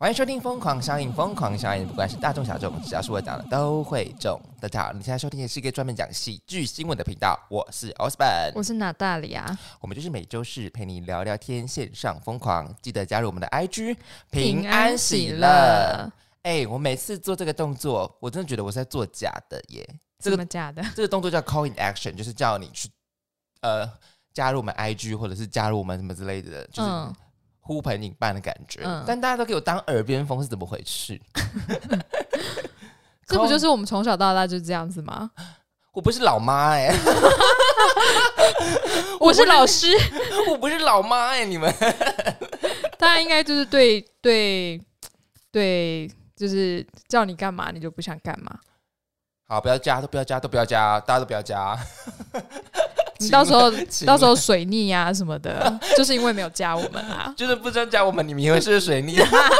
欢迎收听疯狂效应，疯狂效应，不管是大众小众，只要是我讲的都会中。大家好，你现在收听的是一个专门讲喜剧新闻的频道，我是 Osborn， 我是娜大里亚， 我们就是每周四陪你聊聊天，线上疯狂，记得加入我们的 IG， 平安喜乐。我每次做这个动作，我真的觉得我是在做假的耶。 怎么假的？ 这个动作叫 call in action， 就是叫你去加入我们 IG， 或者是加入我们什么之类的，就是呼朋引伴的感觉。但大家都给我当耳边风是怎么回事？ 这不就是我们从小到大就这样子吗？ 我不是老妈我是老师， 我不是老妈你们大家应该就是对，就是叫你干嘛你就不想干嘛。 好，不要加，都不要加，都不要加，大家都不要加。 你到时候水逆啊什么的，就是因为没有加我们啊， 就是不知道加我们，你们以为是水逆？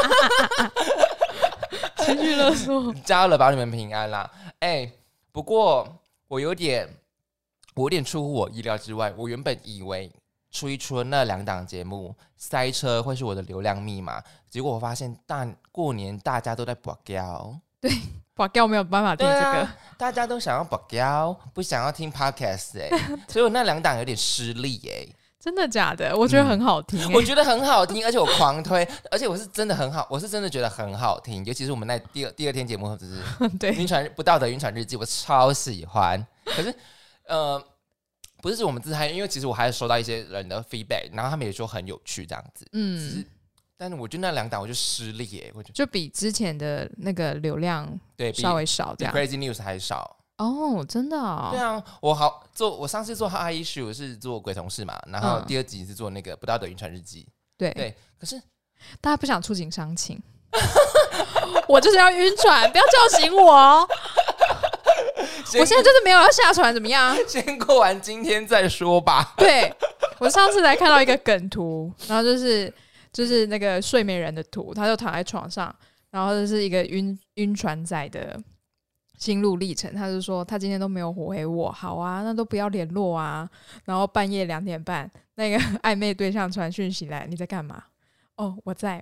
情绪勒索， 加了保你们平安啦。不过我有点出乎我意料之外，我原本以为初一初二那2档节目塞车会是我的流量密码，结果我发现过年大家都在拔胶， 对。拔胶没有办法听这个， 大家都想要拔胶，不想要听 podcast 所以我那2档有点失利真的假的？我觉得很好听我觉得很好听，而且我狂推，而且我是真的觉得很好听，尤其是我们那第二天节目就是对不道德晕船日记，我超喜欢。可是不是我们自嗨，因为其实我还收到一些人的 feedback， 然后他们也说很有趣这样子，但是我觉得那2档我就失利就比之前的那个流量稍微少，这样比 Crazy News 还少哦，真的哦。 对啊，我上次做 High Issue 是做鬼同事嘛，然后第2集是做那个不道德晕船日记，对，可是大家不想触景伤情，我就是要晕船，不要叫醒我我现在就是没有要下船，怎么样？ 先过完今天再说吧。 对，我上次才看到一个梗图，然后就是那个睡美人的图，他就躺在床上，然后就是一个晕船仔的心路历程。他就说他今天都没有回我，好啊，那都不要联络啊。然后半夜2点半，那个暧昧对象传讯息来，你在干嘛？哦，我在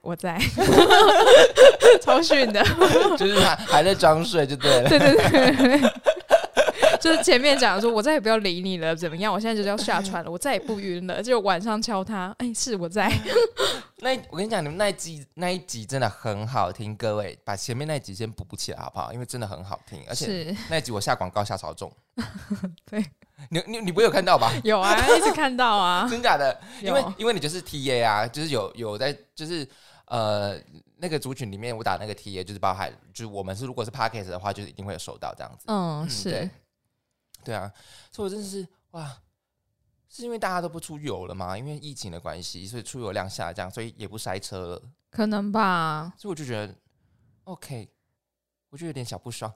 超逊的， 就是还在装睡就对了。 对就是前面讲说我再也不要理你了，怎么样？我现在就是要下船了，我再也不晕了。结果晚上敲他，是我在。 我跟你讲，你们那一集真的很好听，各位把前面那一集先补起来好不好？因为真的很好听，而且那一集我下广告下超重。对，你不会有看到吧？ 有啊，一直看到啊。 真假的？因为你就是 TA 啊，就是有在就是那个族群里面，我打那个 TA 就是包含就是我们如果是 Podcast 的话，就是一定会有收到这样子。 是。 对啊，所以我真的是哇，是因为大家都不出游了吗？因为疫情的关系，所以出游量下降，所以也不塞车了， 可能吧。 所以我就觉得 OK， 我就有点小不爽，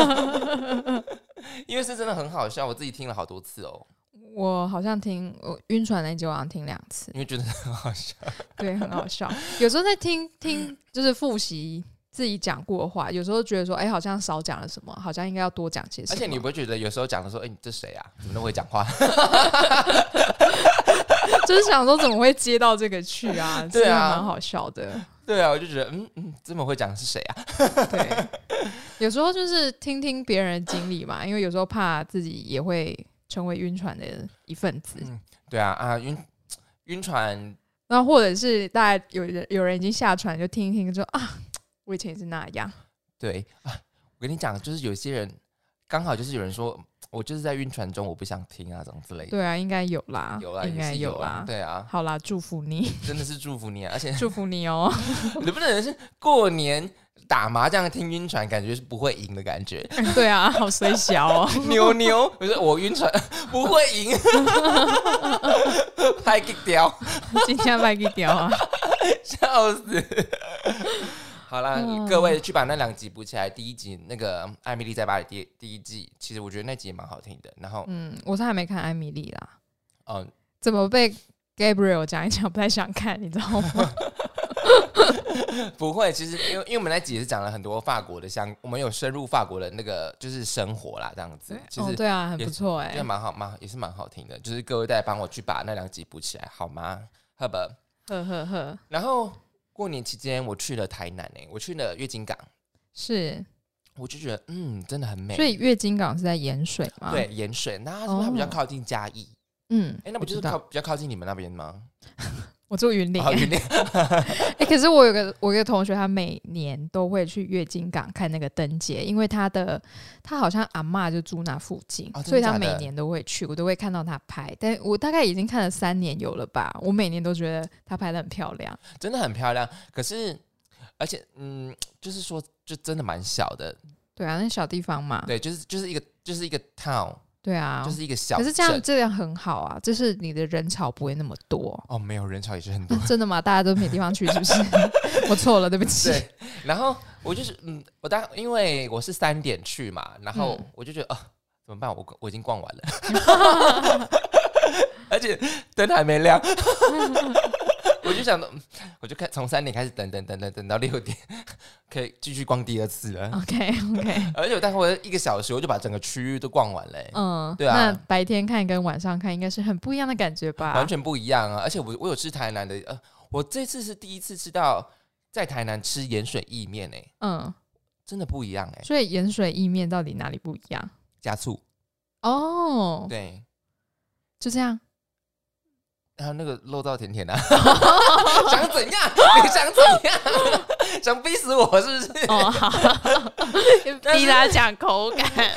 因为是真的很好笑，我自己听了好多次哦。 我好像我晕船那集，我好像听2次， 因为觉得很好笑。对， 很好笑。有时候在听就是复习自己讲过的话，有时候觉得说，好像少讲了什么，好像应该要多讲些什么。 而且你不会觉得有时候讲的说，你这谁啊？怎么都会讲话？ 就是想说怎么会接到这个去啊？对啊，蛮好笑的。 对啊，我就觉得这么会讲是谁啊？ 对，有时候就是听听别人的经历嘛，因为有时候怕自己也会成为晕船的一份子。 对啊，晕船， 然后或者是大家有人已经下船，就听一听说啊。我以前也是那样。对啊，我跟你讲，就是有些人刚好就是有人说我就是在晕船中，我不想听啊，这种之类的。 对啊，应该有啦， 应该有啦。对啊， 好啦，祝福你， 真的是祝福你啊，而且祝福你哦。 能不能是过年打麻将听晕船，感觉是不会赢的感觉？ 对啊，好衰小哦。 牛，我晕船不会赢，拍给掉， 今天拍给掉啊， 笑死。好啦，各位去把那2集补起来。第1集那个《艾米丽在巴黎》第1季，其实我觉得那集也蛮好听的。然后， 我是还没看艾米丽啦。怎么被 Gabriel 讲一讲，不太想看，你知道吗？ 不会，其实因为我们那集也是讲了很多法国的我们有深入法国的那个就是生活啦，这样子。其实对啊，很不错觉得蛮好，也是蛮好听的。就是各位再帮我去把那2集补起来好吗？好吧。 呵。 然后过年期间我去了台南我去了月津港， 是， 我就觉得真的很美。 所以月津港是在盐水吗？ 对，盐水，那它比较靠近嘉义。那不就是比较靠近你们那边吗？ 我住云林。 云林。 可是我有个同学，他每年都会去月津港看那个灯节，因为他好像阿嬷就住那附近，所以他每年都会去，我都会看到他拍。但我大概已经看了3年有了吧，我每年都觉得他拍的很漂亮， 真的很漂亮。可是，而且就是说，就真的蛮小的。 对啊，那小地方嘛。 对，就是一个 town。 对啊， 就是一个小镇。 可是这样很好啊，就是你的人潮不会那么多。 没有人潮也是很多。 真的吗？大家都没地方去，是不是？我错了，对不起。 对，然后我就是因为我是3点去嘛，然后我就觉得怎么办？我已经逛完了，而且灯还没亮。我就想，我就从3点开始等到6点，可以继续逛第2次了。 OK， 而且我大概1个小时，我就把整个区域都逛完了。对啊。 那白天看跟晚上看应该是很不一样的感觉吧？ 完全不一样啊！而且我有吃台南的，我这次是第一次吃到在台南吃盐水意面真的不一样所以盐水意面到底哪里不一样？ 加醋对， 就这样。 还有那个肉燥甜甜的，想怎样？你想怎样？想逼死我是不是？ 好，逼他讲口感。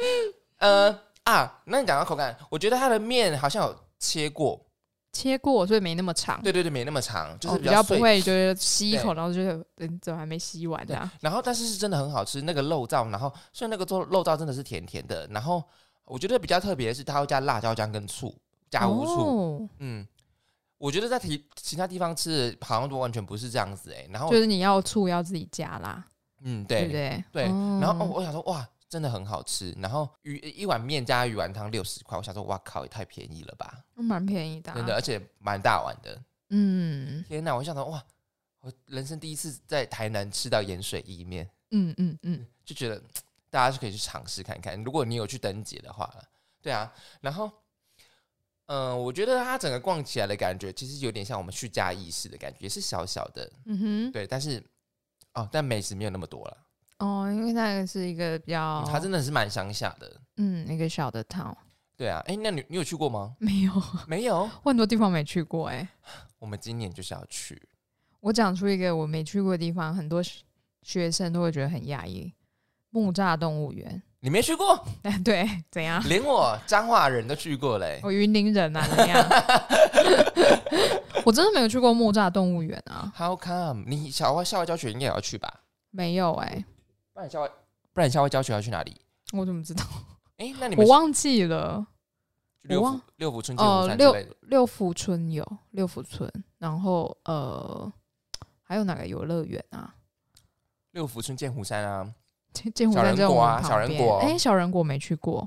那你讲到口感，我觉得它的面好像有切过， 所以没那么长。 对，没那么长，就是比较不会就是吸一口，然后就怎么还没吸完这样。 然后但是真的很好吃，那个肉燥，然后所以那个肉燥真的是甜甜的。然后我觉得比较特别的是，它会加辣椒酱跟醋。加无醋。我觉得在其他地方吃的好像都完全不是这样子然后就是你要醋要自己加啦。 对不对？ 对。然后我想说哇，真的很好吃。然后一碗面加鱼丸汤60块，我想说哇靠，也太便宜了吧？ 蛮便宜的， 真的，而且蛮大碗的。天哪！我想说哇，我人生第一次在台南吃到盐水意面。就觉得大家是可以去尝试看看，如果你有去灯节的话。对啊，然后。我觉得它整个逛起来的感觉，其实有点像我们去嘉义市的感觉，也是小小的，对，但美食没有那么多了， 因为那个是一个比较， 它真的是蛮乡下的， 一个小的 town， 对啊，那你有去过吗？ 没有，我很多地方没去过， 我们今年就是要去。 我讲出一个我没去过的地方，很多学生都会觉得很讶异，木栅动物园。 你没去过？ 对，怎样？ 连我彰化人都去过我云林人啊，怎样？我真的没有去过木栅动物园啊。 How come？ 你校外教学应该也要去吧？ 没有不然你校外教学要去哪里？ 我怎么知道？ 那你们我忘记了。 六福村、剑湖山之类的。 六福村有六福村，然后还有哪个游乐园啊？ 六福村、剑湖山啊。 剑湖山在我们小人国小人国没去过。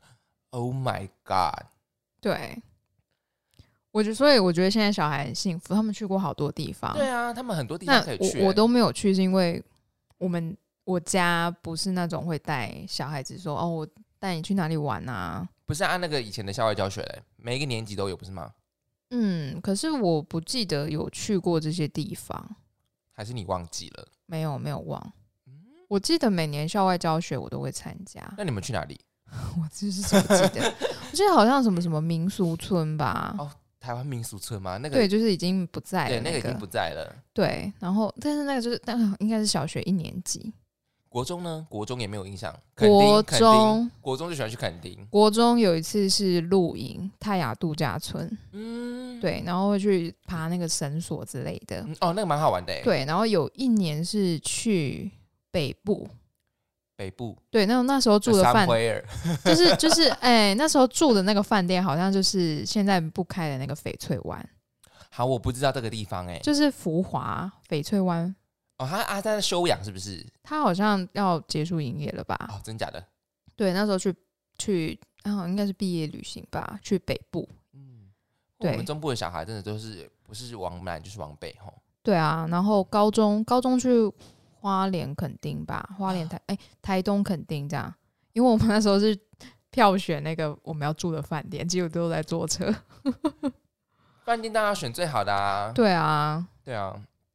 Oh my god！ 对，所以我觉得现在小孩很幸福，他们去过好多地方。 对啊，他们很多地方可以去。 我都没有去，是因为我家不是那种会带小孩子说我带你去哪里玩啊？ 不是按那个以前的校外教学每一个年级都有，不是吗？ 可是我不记得有去过这些地方， 还是你忘记了？ 没有忘。我记得每年校外教学我都会参加。 那你们去哪里？ 我就是怎么记得？我记得好像什么民俗村吧。 台湾民俗村吗？那个对，就是已经不在了。 对，那个已经不在了。 对，然后但是那个应该是小学1年级。 国中呢？国中也没有印象。 国中就喜欢去垦丁。 国中有一次是露营，泰雅度假村。对，然后会去爬那个绳索之类的。 那个蛮好玩的。 对，然后有一年是去北部。对，那时候住的饭就是那时候住的那个饭店好像就是现在不开的那个翡翠湾。 好，我不知道这个地方就是福华翡翠湾。 他在休养是不是？ 他好像要结束营业了吧？ 真假的？ 对，那时候去应该是毕业旅行吧，去北部。对， 我们中部的小孩真的都是不是往南就是往北对啊，然后高中去花莲垦丁吧，台东垦丁这样，因为我们那时候是票选那个我们要住的饭店，结果都在坐车。 饭店当然要选最好的啊。 对啊， 对啊。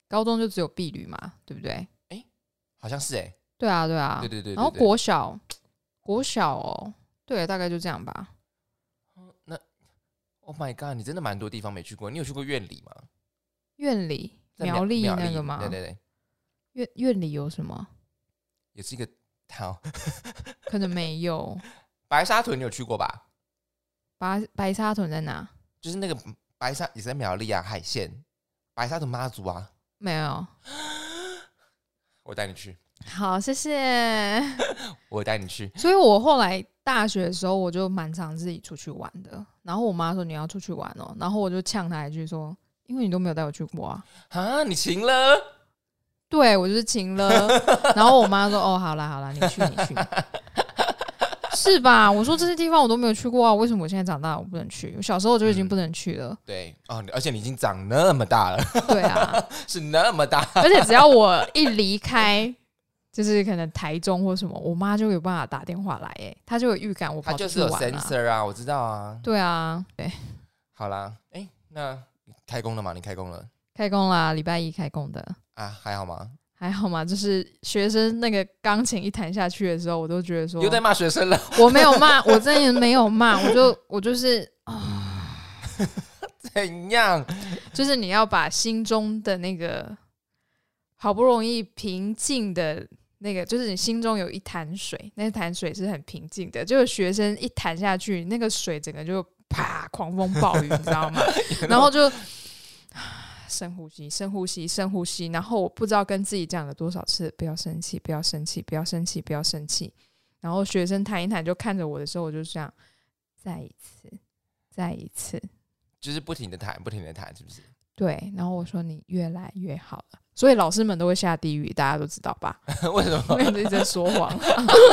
高中就只有毕旅嘛，对不对？ 好像是对啊，对啊， 对。 然后国小哦，对，大概就这样吧。 那 Oh my god， 你真的蛮多地方没去过。你有去过苑里吗？ 苑里在苗栗那个吗？ 对， 苑里有什么？ 也是一个 town。 可能没有。 白沙屯你有去过吧？ 白沙屯在哪？ 就是那个白沙也是在苗栗啊，海线白沙屯妈祖啊。 没有。 我带你去。 好，谢谢。 我带你去。 所以我后来大学的时候，我就蛮常自己出去玩的。然后我妈说你要出去玩哦，然后我就呛她一句说，因为你都没有带我去过啊。 啊，你晴了？ 对，我就是晴了。然后我妈说哦，好啦，你去。是吧？我说这些地方我都没有去过啊，为什么我现在长大我不能去？我小时候就已经不能去了。 对哦，而且你已经长那么大了。 对啊， 是那么大。 而且只要我一离开，就是可能台中或什么，我妈就有办法打电话来，她就有预感我跑出去玩了。 她就是有 sensor 啊，我知道啊。 对啊，对。 好啦，那开工了吗？你开工了？ 开工啦，礼拜一开工的啊，还好吗？ 还好嘛，就是学生那个钢琴一弹下去的时候，我都觉得说又在骂学生了。 我没有骂，我真的没有骂，我就是怎样？ 就是你要把心中的那个好不容易平静的那个，就是你心中有一潭水，那潭水是很平静的，结果学生一弹下去，那个水整个就啪狂风暴雨，你知道吗？然后就深呼吸，深呼吸，深呼吸，然后我不知道跟自己讲了多少次，不要生气，不要生气，不要生气，不要生气。然后学生弹一弹就看着我的时候，我就这样，再一次，再一次， 就是不停的弹，不停的弹，是不是？ 对。然后我说你越来越好了，所以老师们都会下地狱，大家都知道吧？ 为什么？ 因为一直在说谎。各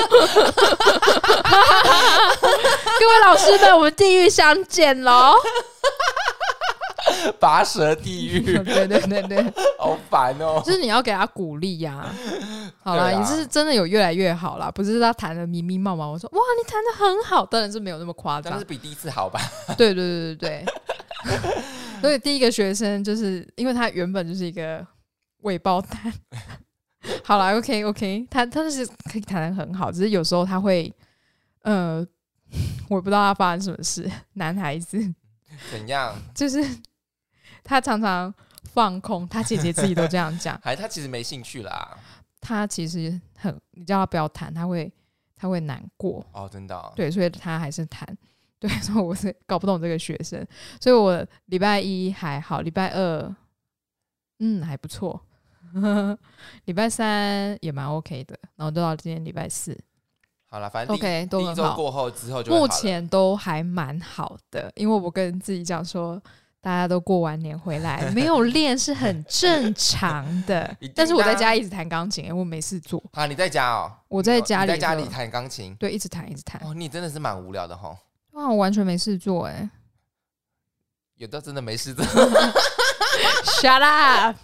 位老师们，我们地狱相见喽！ 拔舌地狱。 对， 好烦哦。 就是你要给他鼓励呀。好啦，你是真的有越来越好啦，不是他弹的迷迷茫茫。我说哇，你弹的很好，当然是没有那么夸张， 但是比第一次好吧？ 对。所以第一个学生就是因为他原本就是一个未爆弹。好啦 OK， 他就是可以弹得很好，只是有时候他会我不知道他发生什么事，男孩子怎样？ 就是他常常放空，他姐姐自己都这样讲。 还他其实没兴趣啦。 他其实你叫他不要弹，他会难过哦，真的对，所以他还是弹。对，所以我是搞不懂这个学生，所以我礼拜一还好，礼拜二还不错，礼拜三也蛮 OK 的，然后都到今天礼拜四。 好了，反正 OK 都很好， 第一周过后之后就会好了。 目前都还蛮好的，因为我跟自己讲说，大家都过完年回来，没有练是很正常的。但是我在家一直弹钢琴，我没事做。 啊，你在家哦？ 我在家里， 你在家里弹钢琴？ 对，一直弹。 哦，你真的是蛮无聊的齁。 哇，我完全没事做有的真的没事做。 Shut up。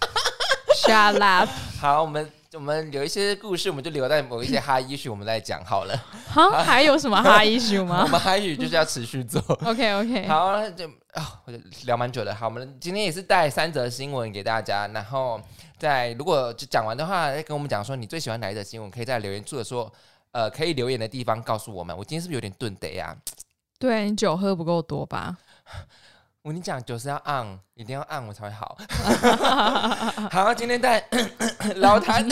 好，我们有一些故事，我们就留在某一些哈 issue 我们再讲好了。 还有什么哈 issue 吗？ 我们哈 issue 就是要持续做。 OK。 好，我就聊蛮久的。好，我们今天也是带3则新闻给大家，然后如果就讲完的话，再跟我们讲说你最喜欢哪一则新闻，可以在留言处的说，可以留言的地方告诉我们。我今天是不是有点钝得呀？ 对，你酒喝不够多吧？ 我跟你讲，酒是要按，一定要按我才会好。好，今天带老谭，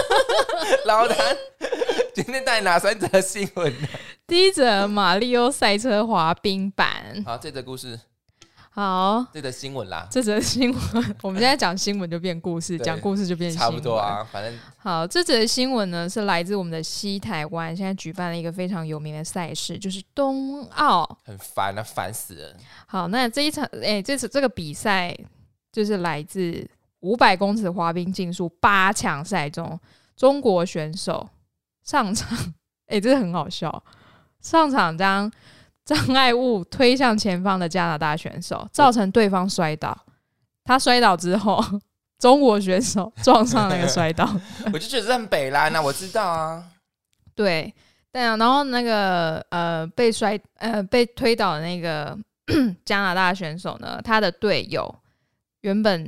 今天带哪3则新闻呢？ 第一则，马里奥赛车滑冰版。 好，这则故事。 好， 这则新闻啦。 这则新闻，我们现在讲新闻就变故事，讲故事就变新闻， 差不多啊。反正好，这则新闻呢是来自我们的西台湾，现在举办了一个非常有名的赛事，就是冬奥。 很烦啊，烦死了。 好，那这一场，这个比赛就是来自500公尺滑冰竞速8强赛中，中国选手上场，这很好笑，上场将障碍物推向前方的加拿大选手，造成对方摔倒。他摔倒之后，中国选手撞上那个摔倒。 我就觉得很北蓝啊，我知道啊。 对，然后那个被推倒的那个加拿大选手呢，他的队友原本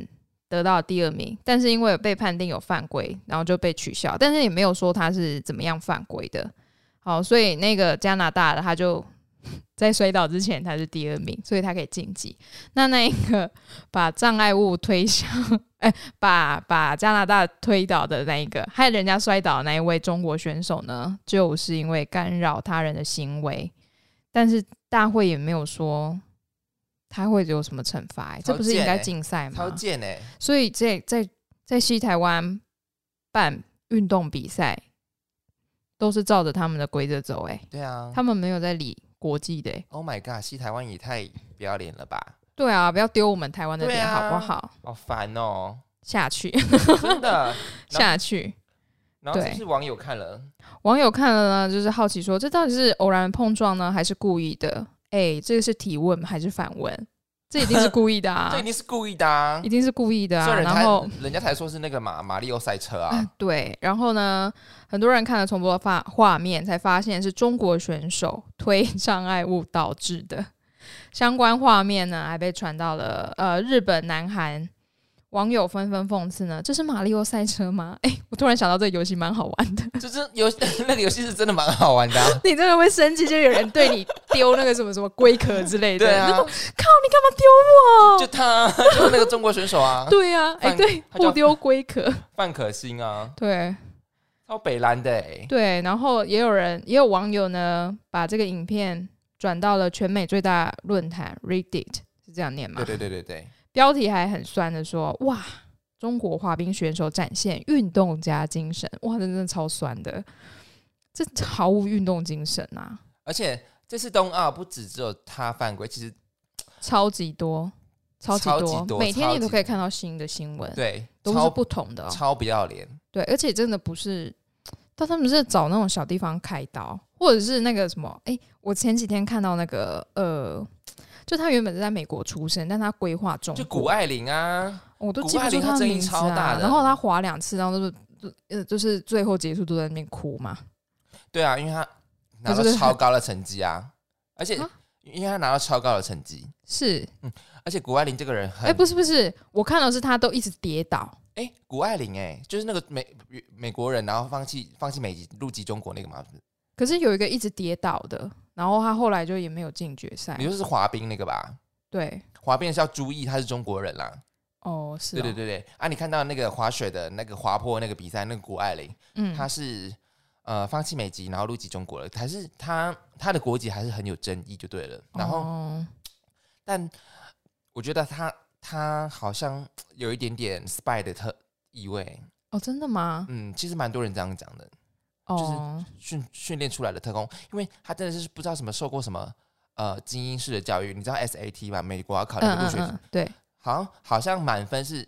得到第2名，但是因为被判定有犯规，然后就被取消，但是也没有说他是怎么样犯规的。好，所以那个加拿大的他就在摔倒之前他是第2名，所以他可以晋级。那一个把障碍物推向把加拿大推倒的那一个害人家摔倒的那一位中国选手呢，就是因为干扰他人的行为，但是大会也没有说他会有什么惩罚、这不是应该竞赛吗？ 超贱所以在西台湾办运动比赛都是照着他们的规则走对啊， 他们没有在理国际的 Oh my god， 西台湾也太不要脸了吧？ 对啊，不要丢我们台湾的脸、好不好？ 好烦哦， 下去真的下去。 然后是不是网友看了呢，就是好奇说这到底是偶然碰撞呢，还是故意的？这个是提问还是反问？这一定是故意的啊！ 这一定是故意的啊！ 一定是故意的啊！ 所以然后人家才说是那个马里奥赛车啊。 对，然后呢，很多人看了重播画面，才发现是中国选手推障碍物导致的。相关画面呢，还被传到了日本、南韩。网友纷纷讽刺呢，这是马里奥赛车吗？我突然想到这个游戏蛮好玩的， 就是那个游戏是真的蛮好玩的、啊。 你真的会生气，就有人对你丢那个什么什么龟壳之类的。 对啊， 靠，你干嘛丢我？ 就是那个中国选手啊。 对啊，对，互丢龟壳。 范可欣啊， 对， 超北蓝的对，然后也有网友呢，把这个影片转到了全美最大论坛 Reddit， 是这样念吗？ 对。 标题还很酸的说，哇，中国滑冰选手展现运动家精神，哇，真的超酸的，这毫无运动精神啊！ 而且这次冬奥不只有他犯规，其实超级多，每天你都可以看到新的新闻， 对， 都是不同的、 超不要脸。 对，而且真的不是，他们是找那种小地方开刀，或者是那个什么，我前几天看到那个就他原本是在美国出生，但他规划中国， 就谷爱凌啊， 我都记不住他的名字啊。然后他滑2次，然后就是最后结束都在那边哭嘛。 对啊，因为他拿到超高的成绩啊，而且因为他拿到超高的成绩， 是， 而且谷爱凌这个人很， 不是，我看到是他都一直跌倒。 谷爱凌就是那个美国人，然后放弃美籍入籍中国那个嘛。 可是有一个一直跌倒的，然后他后来就也没有进决赛。 你就是滑冰那个吧？ 对， 滑冰是要注意他是中国人啦。 是对啊！你看到那个滑雪的那个滑坡那个比赛，那个谷爱凌，他是放弃美籍，然后入籍中国了，还是他的国籍还是很有争议就对了。然后，但我觉得他好像有一点点 spy 的意味。 真的吗？ 其实蛮多人这样讲的。就是训练出来的特工，因为他真的是不知道什么受过什么精英式的教育。你知道 SAT 吧？美国要考那个入学， 对， 好像满分是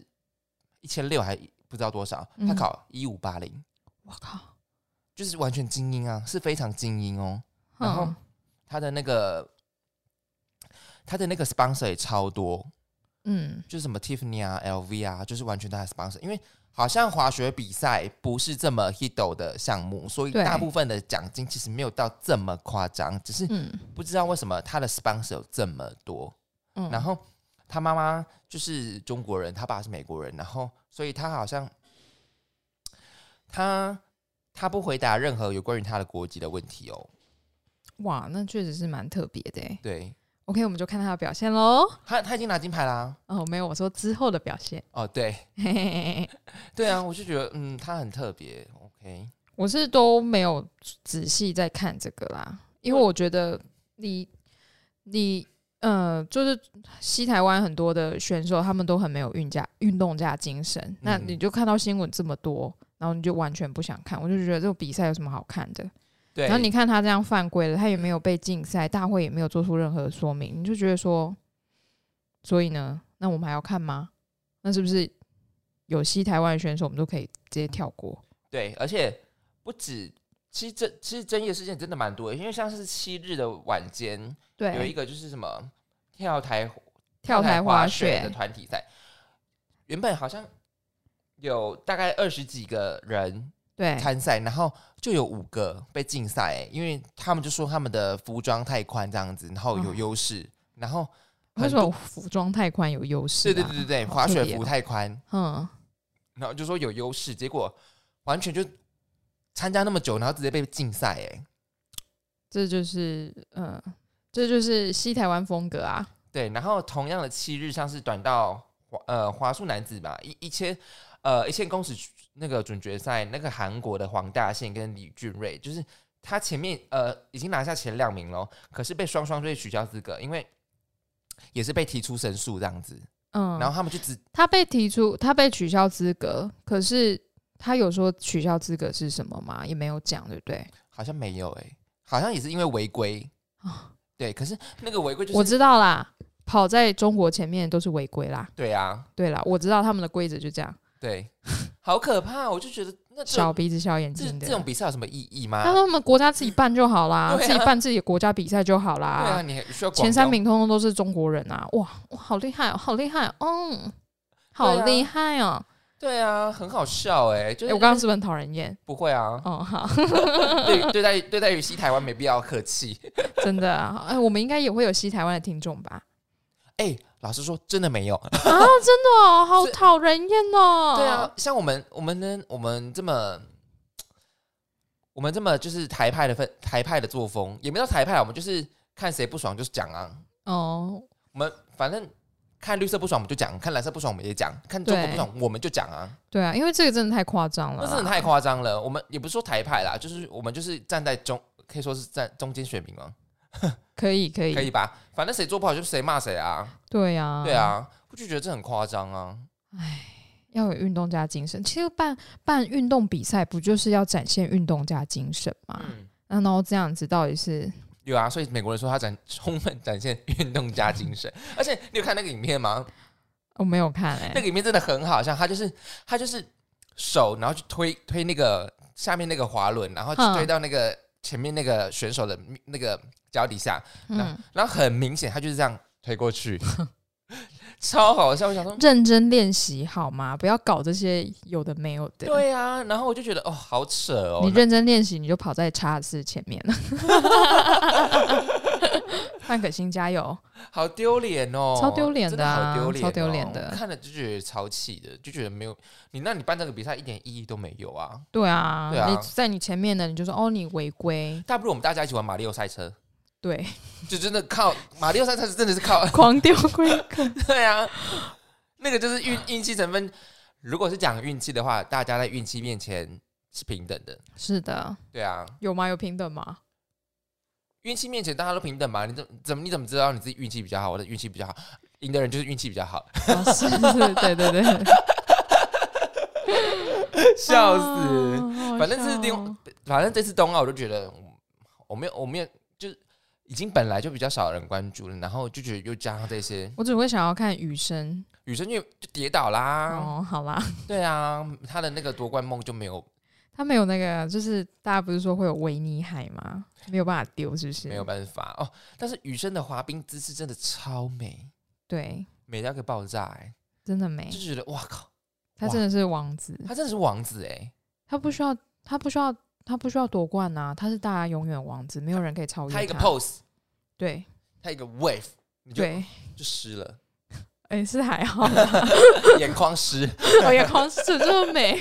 1600还不知道多少，他考1580， 我靠， 就是完全精英啊，是非常精英哦。然后他的那个 sponsor 也超多，就是什么 Tiffany 啊、LV 啊，就是完全都是 sponsor， 因为。好像滑雪比赛不是这么 hit 的项目，所以大部分的奖金其实没有到这么夸张，只是不知道为什么他的 sponsor 有这么多。然后他妈妈就是中国人，他爸是美国人，然后所以他好像他不回答任何有关于他的国籍的问题哦。 哇，那确实是蛮特别的耶。 对。 OK， 我们就看他的表现咯。 他已经拿金牌啦。 没有，我说之后的表现。 对，对啊，我就觉得他很特别。OK， 我是都没有仔细在看这个啦，因为我觉得你就是西台湾很多的选手，他们都很没有运动家精神。那你就看到新闻这么多，然后你就完全不想看，我就觉得这个比赛有什么好看的？ 对， 然后你看他这样犯规了，他也没有被禁赛，大会也没有做出任何说明，你就觉得说，所以呢，那我们还要看吗？那是不是有西台湾的选手，我们都可以直接跳过？ 对，而且不止，其实争议的事件真的蛮多的，因为像是7日的晚间，对，有一个就是什么跳台滑雪的团体赛，原本好像有大概20几个人。对，参赛，然后就有5个被禁赛，因为他们就说他们的服装太宽这样子，然后有优势，然后为什么服装太宽有优势、啊？ 对，滑雪服太宽， 嗯， 然后就说有优势，结果完全就参加那么久，然后直接被竞赛， 这就是西台湾风格啊。 对，然后同样的7日，像是短道滑速男子吧，1000公尺那个准决赛，那个韩国的黄大宪跟李俊瑞，就是他前面已经拿下前2名了，可是被双队取消资格，因为也是被提出申诉这样子。然后他们就他被取消资格，可是他有说取消资格是什么吗？也没有讲，对不对？ 好像没有好像也是因为违规。对，可是那个违规就是我知道啦，跑在中国前面都是违规啦。 对啊， 对啦，我知道他们的规则就这样。 对，好可怕！我就觉得那小鼻子小眼睛的这种比赛有什么意义吗？ 他们国家自己办就好啦，自己办自己的国家比赛就好啦。 对啊，你需要前3名通通都是中国人啊！哇，好厉害哦，好厉害哦，好厉害哦！ 对啊，很好笑就是我刚刚是不是很讨人厌？ 不会啊， 好。 对待于西台湾没必要客气， 真的啊！我们应该也会有西台湾的听众吧？ 老实说，真的没有啊， 真的哦，好讨人厌哦。 对啊，像我们这么就是台派的作风，也没有台派，我们就是看谁不爽就是讲啊。我们反正看绿色不爽我们就讲，看蓝色不爽我们也讲，看中国不爽我们就讲啊。 对啊，因为这个真的太夸张了， 那真的太夸张了。我们也不是说台派啦，就是我们就是站在可以说是站中间选民吗？ 可以吧，反正谁做不好就谁骂谁啊。 对啊， 我就觉得这很夸张啊。 要有运动家精神。其实办运动比赛不就是要展现运动家精神吗？然后这样子到底是有啊，所以美国人说他充分展现运动家精神。而且你有看那个影片吗？ 我没有看那个影片真的很好笑，他就是手然后去推那个下面那个滑轮，然后去推到那个前面那个选手的那个脚底下，然后很明显他就是这样推过去，超好笑。我想说认真练习好吗？不要搞这些有的没有的。 对啊，然后我就觉得好扯哦。 你认真练习，你就跑在查尔斯前面了。范可欣加油！ 好丢脸哦， 超丢脸的啊， 好丢脸， 超丢脸的。 看了就觉得超气的，就觉得没有那你办这个比赛一点意义都没有啊。 对啊，你在你前面的你就说你违规， 大不如我们大家一起玩马里奥赛车。 对， 就真的靠马里奥赛车真的是靠狂丢龟壳。 对啊，那个就是运气成分。如果是讲运气的话，大家在运气面前是平等的。 是的， 对啊， 有吗？有平等吗？ 运气面前大家都平等嘛？你怎么知道你自己运气比较好，我的运气比较好？赢的人就是运气比较好。 是，对。 笑死！反正这次冬奥我就觉得我没有，就是已经本来就比较少人关注了，然后就觉得又加上这些， 我只会想要看羽生就跌倒啦。 好啦， 对啊，他的那个夺冠梦就没有。 他没有那个，就是大家不是说会有维尼海吗？没有办法丢，是不是？ 没有办法哦。但是羽生的滑冰姿势真的超美， 对， 美到个爆炸真的美， 就觉得哇靠， 他真的是王子， 他真的是王子他不需要夺冠啊，他是大家永远王子，没有人可以超越他。 他一个 pose， 对， 他一个 wave， 你就湿了。 是还好啦， 眼眶湿， 眼眶湿，怎么这么美？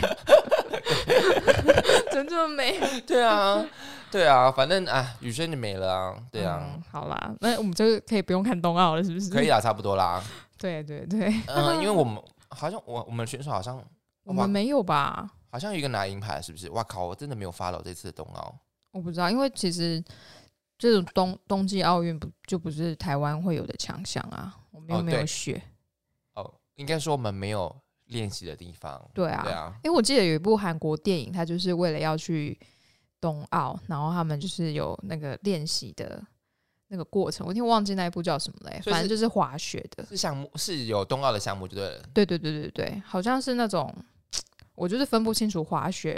怎么这么美？ 对啊，反正羽生就没了啊，对啊。 好啦，那我们就可以不用看冬奥了，是不是？ 可以啦，差不多啦。 对。 因为我们好像我们选手好像我们没有吧？ 好像有一个拿银牌，是不是？哇靠！我真的没有 follow 这次的冬奥。 我不知道，因为其实这种冬季奥运不是台湾会有的强项啊，我们又没有学。 应该说我们没有练习的地方。 对啊，因为我记得有一部韩国电影，它就是为了要去冬奥，然后他们就是有那个练习的那个过程，我有点忘记那一部叫什么反正就是滑雪的， 项目是有冬奥的项目就对了。 对，好像是那种我就是分不清楚滑雪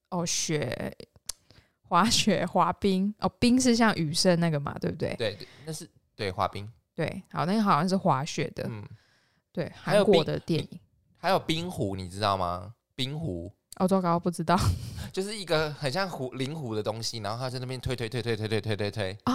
滑雪滑冰冰是像羽生那个嘛，对不对？ 对，那是对滑冰。 对，好，那个好像是滑雪的。对，韩国的电影还有冰壶，你知道吗？冰壶糟糕，不知道， 就是一个很像灵壶的东西，然后他在那边推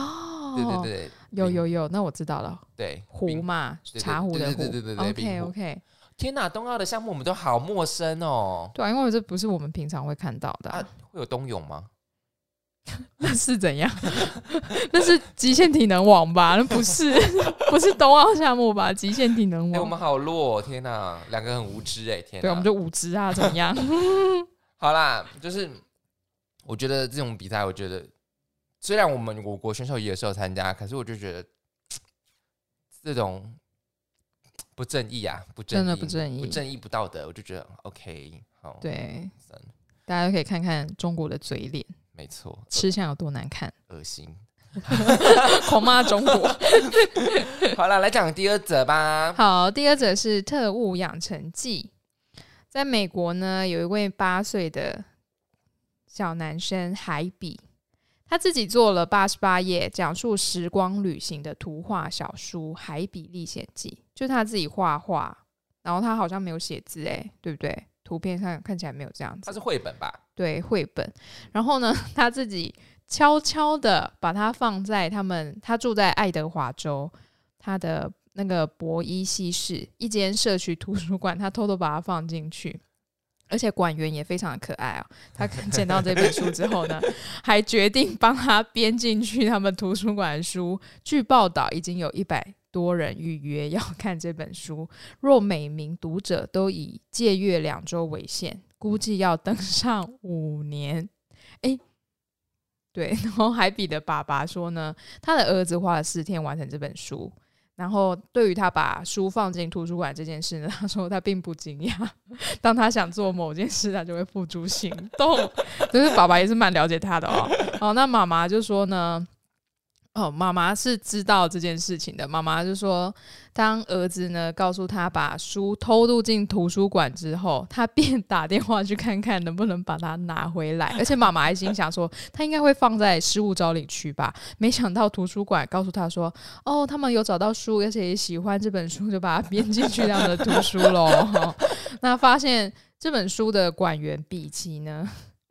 哦， 对对对， 有，那我知道了。 对， 壶嘛，茶壶的壶。 对 OK OK。 天哪，冬奥的项目我们都好陌生哦。 对啊，因为这不是我们平常会看到的啊。 会有冬泳吗？ 那是怎样？那是极限体能网吧？那不是不是冬奥项目吧？极限体能网。 我们好弱哦，天哪，两个很无知天哪。 对，我们就无知啊，怎么样？ 好啦，就是我觉得这种比赛，我觉得虽然我国选手也是有参加，可是我就觉得这种不正义啊， 真的不正义， 不正义不道德，我就觉得 OK 好。 对，大家都可以看看中国的嘴脸， 没错， 吃相有多难看， 恶心， 狂骂中国。 好了，来讲第二则吧。 好，第二则是特务养成记。在美国呢，有一位8岁的小男生海比，他自己做了88页讲述时光旅行的图画小书《海比历险记》，就是他自己画画，然后他好像没有写字，对不对？图片上看起来没有这样子。 它是绘本吧？ 对，绘本。然后呢，他自己悄悄的把它放在他住在爱德华州，他的那个博伊西市一间社区图书馆，他偷偷把它放进去。而且馆员也非常的可爱他捡到这本书之后呢，还决定帮他编进去他们图书馆的书。据报道，已经有100多人预约要看这本书，若每名读者都以借阅2周为限，估计要登上5年。对，然后海比的爸爸说呢，他的儿子花了4天完成这本书。然后对于他把书放进图书馆这件事呢，他说他并不惊讶，当他想做某件事，他就会付诸行动。就是爸爸也是蛮了解他的那妈妈就说呢，妈妈是知道这件事情的。妈妈就说，当儿子呢告诉他把书偷渡进图书馆之后，他便打电话去看看能不能把它拿回来。而且妈妈还心想说，他应该会放在失物招领区吧。没想到图书馆告诉他说，他们有找到书，而且也喜欢这本书，就把它编进去他们的图书咯。那发现这本书的馆员比奇呢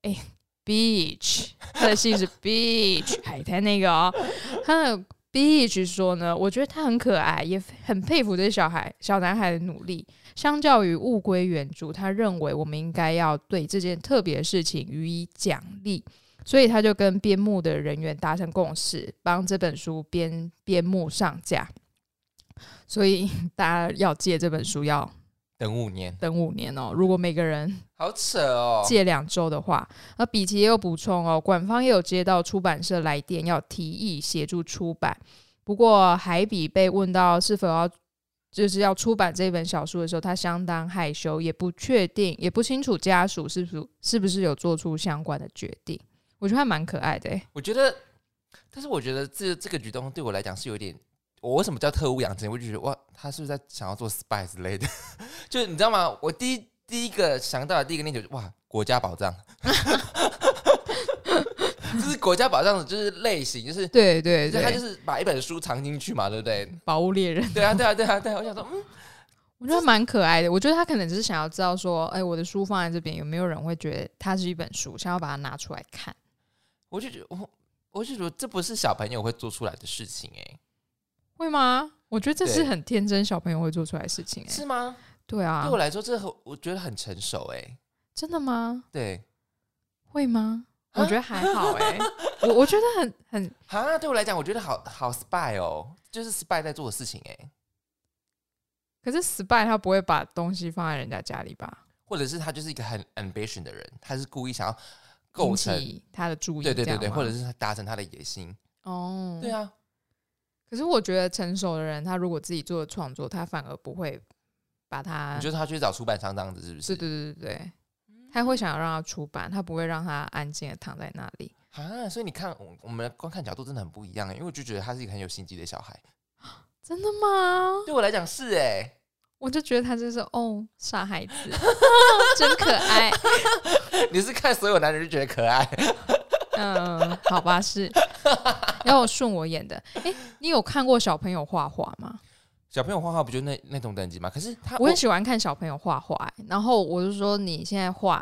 ，Beach， 他的姓是 Beach， 海滩那个他的 Beach 说呢，我觉得他很可爱，也很佩服这小男孩的努力。相较于物归原主，他认为我们应该要对这件特别的事情予以奖励，所以他就跟编目的人员达成共识，帮这本书编目上架。所以大家要借这本书要等5年如果每个人好扯借2周的话。而比奇也有补充馆方也有接到出版社来电，要提议协助出版。不过海比被问到是否要出版这本小书的时候，他相当害羞，也不确定，也不清楚家属是不是有做出相关的决定。我觉得还蛮可爱的我觉得，但是我觉得这个举动对我来讲是有点。我为什么叫特务养成？我就觉得哇，他是不是在想要做 spy 之类的？就是你知道吗？我第一个想到的第一个念头就是哇，国家宝藏，就是国家宝藏的就是类型，就是对对对， 他就是把一本书藏进去嘛，对不对？ 宝物猎人， 对啊，我想说， 我觉得蛮可爱的。我觉得他可能只是想要知道说，我的书放在这边，有没有人会觉得它是一本书，想要把它拿出来看？ 我就觉得这不是小朋友会做出来的事情会吗？我觉得这是很天真小朋友会做出来的事情是吗？ 对啊， 对我来说我觉得很成熟真的吗？ 对， 会吗？我觉得还好我觉得很对我来讲，我觉得好 spy 就是 spy 在做的事情可是 spy 他不会把东西放在人家家里吧？ 或者是他就是一个很 ambition 的人，他是故意想要构成引起他的注意， 对，或者是达成他的野心对啊。 可是我觉得成熟的人，他如果自己做的创作，他反而不会把他， 你觉得他去找出版商这样子是不是？ 对，他会想要让他出版，他不会让他安静的躺在那里所以你看我们的观看角度真的很不一样因为我就觉得他是一个很有心机的小孩。 真的吗？ 对我来讲是我就觉得他就是傻孩子真可爱你是看所有男人就觉得可爱好吧，是要顺我演的你有看过小朋友画画吗？ 小朋友画画不就那种等级吗？可是我很喜欢看小朋友画画然后我就说你现在画，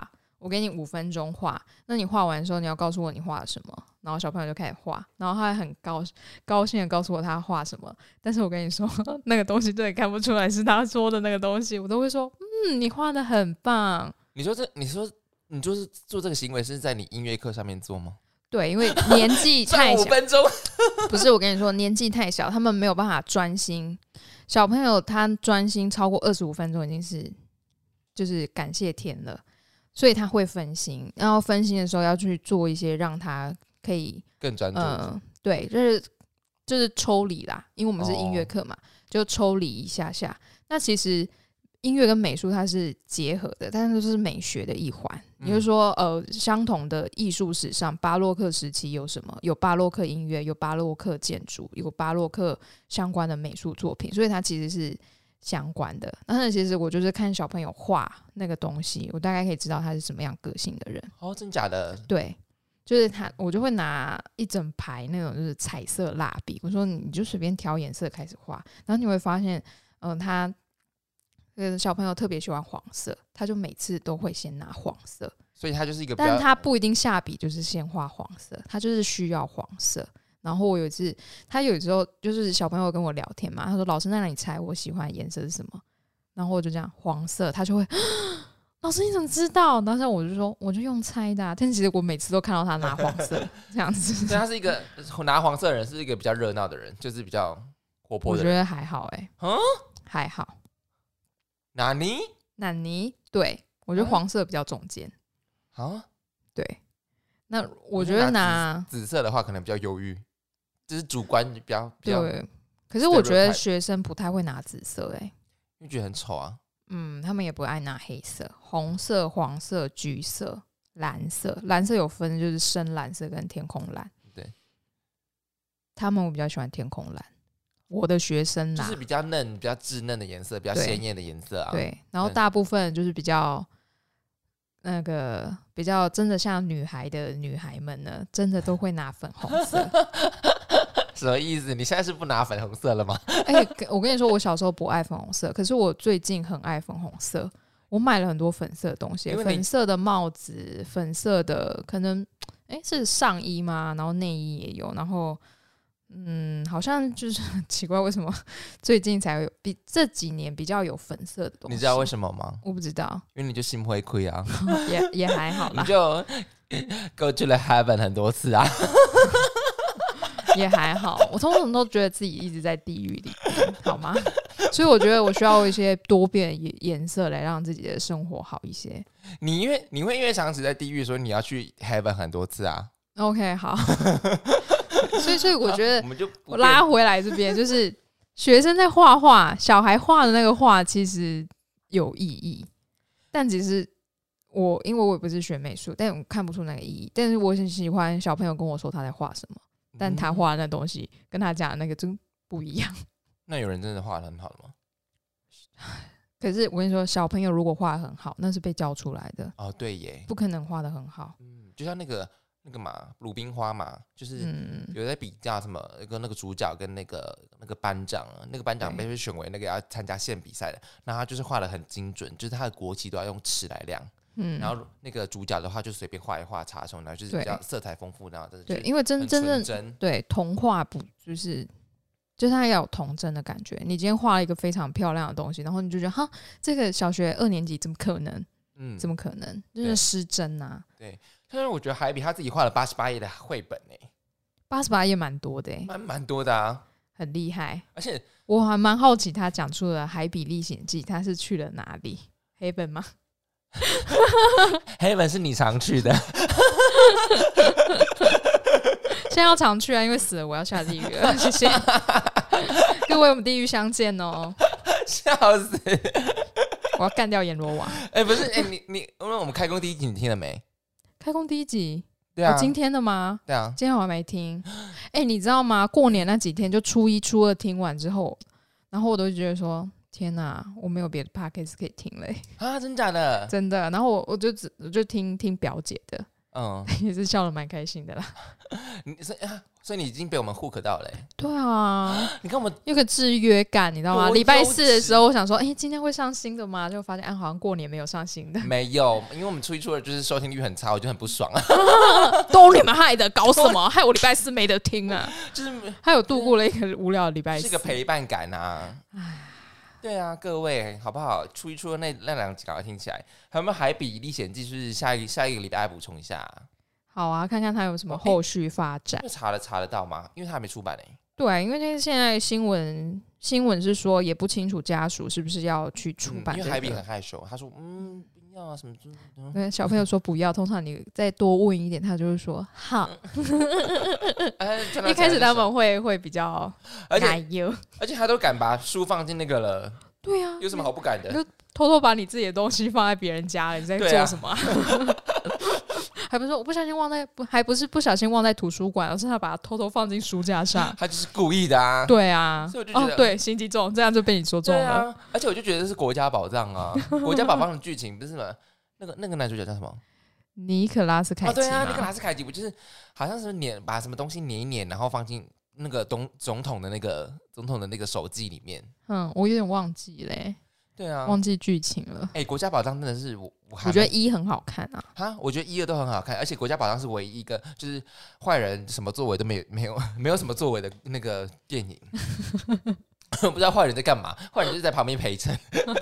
我给你5分钟画，那你画完的时候你要告诉我你画了什么，然后小朋友就开始画，然后他还很高兴的告诉我他画什么，但是我跟你说那个东西对看不出来是他说的那个东西，我都会说你画的很棒。你就是做这个行为是在你音乐课上面做吗？ 对，因为年纪太小 5分钟不是，我跟你说年纪太小，他们没有办法专心，小朋友他专心超过25分钟已经是就是感谢天了，所以他会分心，然后分心的时候要去做一些让他可以更专注对，就是抽离啦，因为我们是音乐课嘛，就抽离一下下。那其实音乐跟美术它是结合的，但是都是美学的一环。也就是说相同的艺术史上，巴洛克时期有什么？有巴洛克音乐，有巴洛克建筑，有巴洛克相关的美术作品，所以它其实是相关的。但是其实我就是看小朋友画那个东西，我大概可以知道他是什么样个性的人。 哦，真假的？ 对，就是我就会拿一整排那种就是彩色蜡笔，我说你就随便挑颜色开始画，然后你会发现他小朋友特别喜欢黄色，他就每次都会先拿黄色， 所以他就是一个比较， 但他不一定下笔就是先画黄色，他就是需要黄色。然后他有时候就是小朋友跟我聊天嘛，他说老师那你猜我喜欢的颜色是什么？然后我就这样黄色，他就会老师你怎么知道？然后我就说我就用猜的但其实我每次都看到他拿黄色这样子。 所以他是一个拿黄色的人，是一个比较热闹的人，就是比较活泼的人。 我觉得还好还好。 哪尼？ 对，我觉得黄色比较中间对，那我觉得拿紫色的话可能比较忧郁，就是主观比较对。可是我觉得学生不太会拿紫色因为觉得很丑啊。 他们也不爱拿黑色、红色、黄色、橘色、蓝色。蓝色有分就是深蓝色跟天空蓝。 对， 他们比较喜欢天空蓝。我的学生就是比较嫩、比较稚嫩的颜色，比较鲜艳的颜色啊。 对，然后大部分就是比较比较真的像女孩的女孩们呢，真的都会拿粉红色。 什么意思？你现在是不拿粉红色了吗？ 我跟你说，我小时候不爱粉红色，可是我最近很爱粉红色。我买了很多粉色的东西，粉色的帽子，粉色的可能是上衣吗？然后内衣也有，然后好像就是很奇怪，为什么最近才有比这几年比较有粉色的东西？ 你知道为什么吗？ 我不知道， 因为你就心灰亏啊， 也还好啦， 你就 go to the heaven 很多次啊， 也还好。我通常都觉得自己一直在地狱里面，好吗？所以我觉得我需要一些多变的颜色来让自己的生活好一些。 你会因为长期在地狱，所以你要去 heaven 很多次啊。 OK， 好。所以我觉得我拉拉回来这边，就是学生在画画，小孩画的那个画其实有意义，但其实因为我也不是学美术，但我看不出那个意义。但是我很喜欢小朋友跟我说他在画什么，但他画的那东西跟他讲的那个真不一样。 那有人真的画得很好了吗？ 可是我跟你说，小朋友如果画得很好，那是被教出来的。 哦，对耶， 不可能画得很好。 就像那个嘛，鲁冰花嘛，就是有在比较什么那个主角跟那个班长，那个班长被选为那个要参加县比赛的，那他就是画得很精准，就是他的国旗都要用尺来量。然后那个主角的话就随便画一画插上，然后就是比较色彩丰富，然后对，因为真正对童话不就是它要有童真的感觉。你今天画了一个非常漂亮的东西，然后你就觉得哈，这个小学2年级怎么可能？怎么可能？就是失真啊！ 对，但是我觉得海比他自己画了88页的绘本 88页蛮多的蛮多的啊， 很厉害。 而且我还蛮好奇，他讲出了《海比历险记》，他是去了哪里？黑本吗？ 黑本是你常去的。 现在要常去啊，因为死了我要下地狱了。谢谢各位，我们地狱相见哦！ 笑死！ 我要干掉阎罗王。 不是我们开工第一集你听了没？ 开工第一集？ 对啊， 今天的吗？ 对啊， 今天我还没听。你知道吗？过年那几天，就初1、初2听完之后，然后我都觉得说，天哪，我没有别的 podcast 可以听了啊！ 真假的？ 真的。然后我就听表姐的。 也是笑得蛮开心的啦。 所以你已经被我们 hook 到了对啊， 你看我们有个制约感，你知道吗？礼拜四的时候，我想说，今天会上新的吗？就发现，好像过年没有上新的。 没有，因为我们初一初二就是收听率很差，我就很不爽都你们害的，搞什么？害我礼拜四没得听啊！ 就是还有度过了一个无聊的礼拜四， 是个陪伴感啊。对啊，各位好不好？初一初二那2集赶快听起来。还有没有海比历险记？是下一个礼拜补充一下。 好啊，看看他有什么后续发展。 查得到吗？因为他还没出版对，因为现在新闻是说也不清楚家属是不是要去出版、 因为海比很害羞，他说不要啊什么。 对，小朋友说不要，通常你再多问一点，他就会说好。一开始他们会比较而且他都敢把书放进那个了。 对啊， 有什么好不敢的？ 就偷偷把你自己的东西放在别人家了，你在做什么还不是说我不小心还不是不小心忘在图书馆，而是他把它偷偷放进书架上。 他就是故意的啊。 对啊， 所以我就觉得对，心机重，这样就被你说中了。 对啊，而且我就觉得这是国家宝藏啊。国家宝藏的剧情不是吗？那个男主角叫什么？ 尼可拉斯凯奇。 对啊，尼可拉斯凯奇不就是好像是把什么东西粘一粘，然后放进那个总统的那个手机里面。 我有点忘记嘞。对啊，忘记剧情了。 国家宝藏真的是我觉得1很好看啊。 我觉得1、2都很好看，而且国家宝藏是唯一一个就是坏人什么作为都没有什么作为的那个电影。不知道坏人在干嘛，坏人就是在旁边陪衬。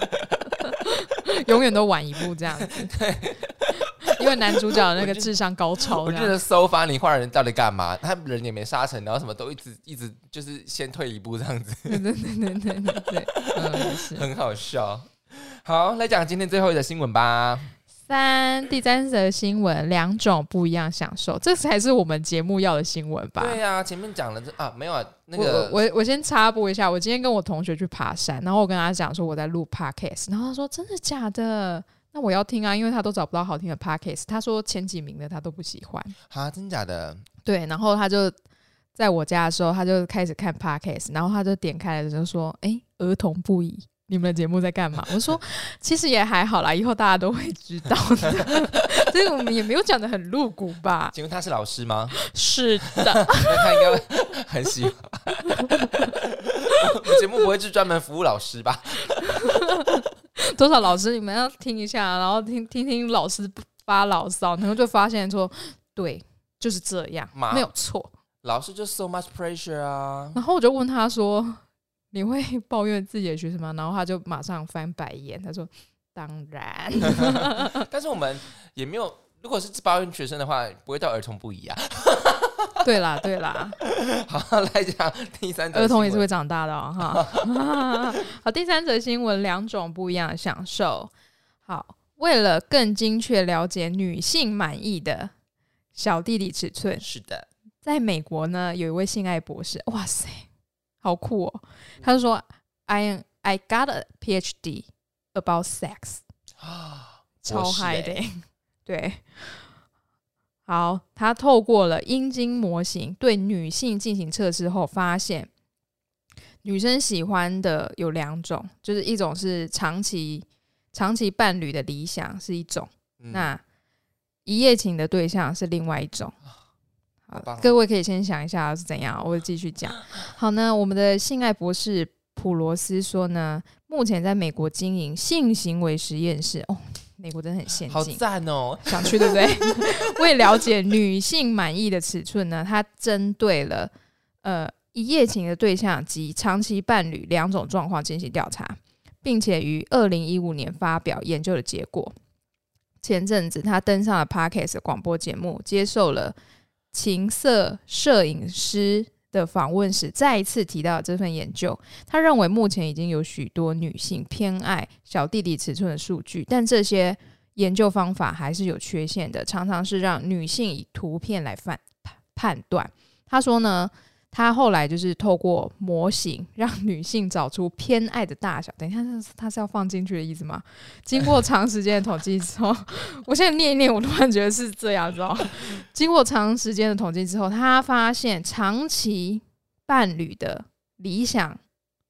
永远都晚一步这样子。因为男主角的那个智商高超， 我觉得搜发你坏人到底干嘛？他人也没杀成，然后什么都一直就是先退一步这样子。 对， 很好笑。好，来讲今天最后一则新闻吧。 第3则新闻，2种不一样享受，这才是我们节目要的新闻吧？ 对啊，前面讲了没有啊？那个我先插播一下，我今天跟我同学去爬山，然后我跟他讲说我在录 podcast， 然后他说真的假的？那我要听啊，因为他都找不到好听的 podcast。他说前几名的他都不喜欢。 真假的？ 对，然后他就在我家的时候，他就开始看 podcast， 然后他就点开了就说：“儿童不宜，你们的节目在干嘛？”我说：“其实也还好啦，以后大家都会知道的。”所以我们也没有讲得很露骨吧？ 请问他是老师吗？ 是的， 他应该很喜欢。我们节目不会是专门服务老师吧？ 多少老师你们要听一下，然后听老师发牢骚，然后就发现说，对，就是这样，没有错。 老师就 so much pressure 啊。 然后我就问他说：“你会抱怨自己的学生吗？”然后他就马上翻白眼，他说：“当然。” 但是我们也没有，如果是抱怨学生的话，不会到儿童不宜啊。 对啦， 好，来讲第3则。 儿童也是会长大的哈。好，第3则新闻，2种不一样的享受。好，为了更精确了解女性满意的小弟弟尺寸， 是的， 在美国呢，有一位性爱博士，哇塞，好酷哦！他就说 I got a PhD about sex， 超嗨的，对。好，他透过了阴茎模型对女性进行测试后，发现女生喜欢的有2种，就是一种是长期伴侣的理想是一种，那一夜情的对象是另外一种。好，各位可以先想一下是怎样，我继续讲。好呢，我们的性爱博士普罗斯说呢，目前在美国经营性行为实验室。美国真的很先进， 好赞哦！ 想去对不对？为了解女性满意的尺寸呢，他针对了一夜情的对象及长期伴侣2种状况进行调查，并且于2015年发表研究的结果。前阵子他登上了 Podcast 广播节目，接受了情色摄影师的访问时，再一次提到这份研究。他认为目前已经有许多女性偏爱小弟弟尺寸的数据，但这些研究方法还是有缺陷的，常常是让女性以图片来判断。他说呢，他后来就是透过模型让女性找出偏爱的大小。等一下，他是要放进去的意思吗？经过长时间的统计之后，我现在念一念，我突然觉得是这样，知道吗？经过长时间的统计之后，他发现长期伴侣的理想